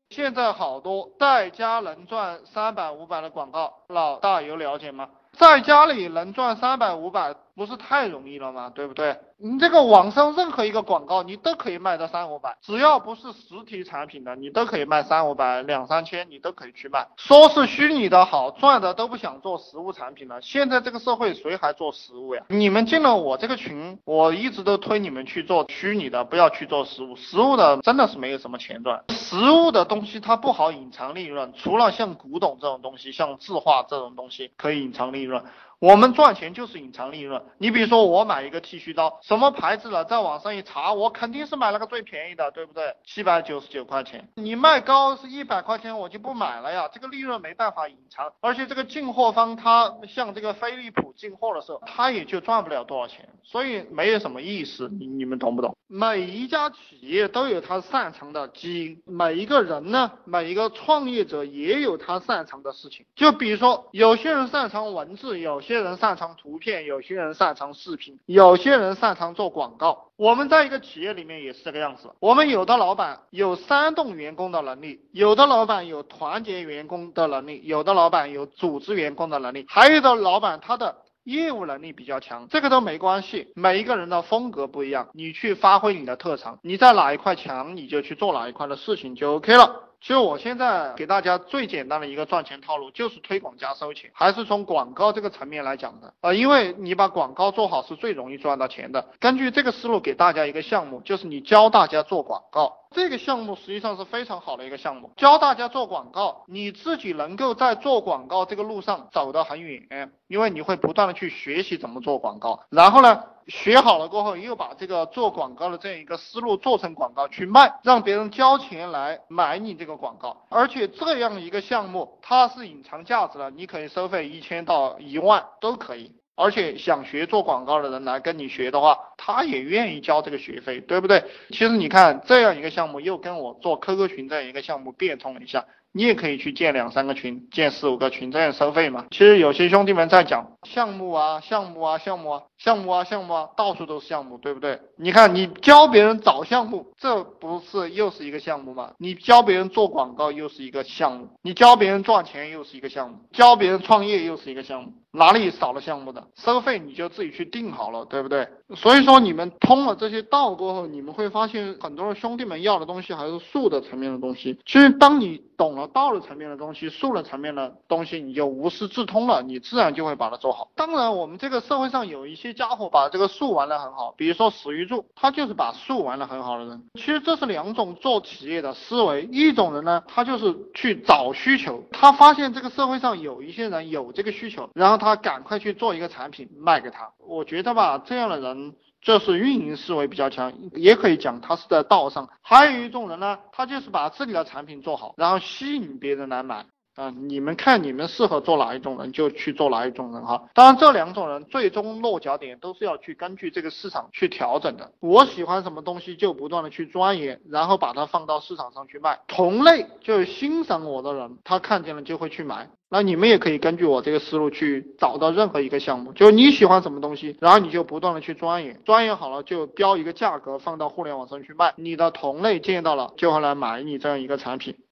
现在好多在家能赚300、500的广告，老大有了解吗？在家里能赚300、500，不是太容易了吗？对不对？你这个网上任何一个广告，你都可以卖到3、500，只要不是实体产品的，你都可以卖3、500、2、3千，你都可以去卖。说是虚拟的好，赚的都不想做实物产品了。现在这个社会谁还做实物呀？你们进了我这个群，我一直都推你们去做虚拟的，不要去做实物。实物的真的是没有什么钱赚，实物的东西它不好隐藏利润，除了像古董这种东西，像字画这种东西可以隐藏利润。我们赚钱就是隐藏利润。你比如说我买一个剃须刀，什么牌子的，在网上一查，我肯定是买了个最便宜的，对不对？799块钱。你卖高是100块钱，我就不买了呀，这个利润没办法隐藏。而且这个进货方他像这个飞利浦进货的时候，他也就赚不了多少钱，所以没有什么意思。你们懂不懂？每一家企业都有他擅长的基因，每一个人呢，每一个创业者也有他擅长的事情。就比如说有些人擅长文字，有些人擅长图片，有些人擅长视频，有些人擅长做广告。我们在一个企业里面也是这个样子，我们有的老板有煽动员工的能力，有的老板有团结员工的能力，有的老板有组织员工的能力，还有的老板他的业务能力比较强，这个都没关系，每一个人的风格不一样，你去发挥你的特长，你在哪一块强，你就去做哪一块的事情就 OK 了。其实我现在给大家最简单的一个赚钱套路就是推广加收钱，还是从广告这个层面来讲的。因为你把广告做好是最容易赚到钱的。根据这个思路给大家一个项目，就是你教大家做广告。这个项目实际上是非常好的一个项目，教大家做广告，你自己能够在做广告这个路上走得很远，因为你会不断的去学习怎么做广告，然后呢学好了过后，又把这个做广告的这样一个思路做成广告去卖，让别人交钱来买你这个广告。而且这样一个项目它是隐藏价值的，你可以收费1000到1万都可以。而且想学做广告的人来跟你学的话，他也愿意交这个学费，对不对？其实你看这样一个项目又跟我做 QQ 群这样一个项目变通了一下，你也可以去建2、3个群，建4、5个群，这样收费嘛。其实有些兄弟们在讲项目啊，到处都是项目，对不对？你看你教别人找项目，这不是又是一个项目吗？你教别人做广告又是一个项目，你教别人赚钱又是一个项目，教别人创业又是一个项目，哪里少了项目的？收费你就自己去定好了，对不对？所以说你们通了这些道过后，你们会发现很多兄弟们要的东西还是术的层面的东西。其实当你懂了道的层面的东西，术的层面的东西，你就无师自通了，你自然就会把它做好。当然我们这个社会上有一些家伙把这个术玩得很好，比如说史玉柱，他就是把术玩得很好的人。其实这是2种做企业的思维，一种人呢，他就是去找需求，他发现这个社会上有一些人有这个需求，然后他赶快去做一个产品卖给他。我觉得吧，这样的人就是运营思维比较强，也可以讲他是在道上。还有一种人呢，他就是把自己的产品做好，然后吸引别人来买。你们看你们适合做哪一种人就去做哪一种人哈。当然这2种人最终落脚点都是要去根据这个市场去调整的。我喜欢什么东西就不断的去钻研，然后把它放到市场上去卖。同类就是欣赏我的人，他看见了就会去买。那你们也可以根据我这个思路去找到任何一个项目，就是你喜欢什么东西，然后你就不断的去钻研，钻研好了就标一个价格放到互联网上去卖，你的同类见到了就会来买你这样一个产品。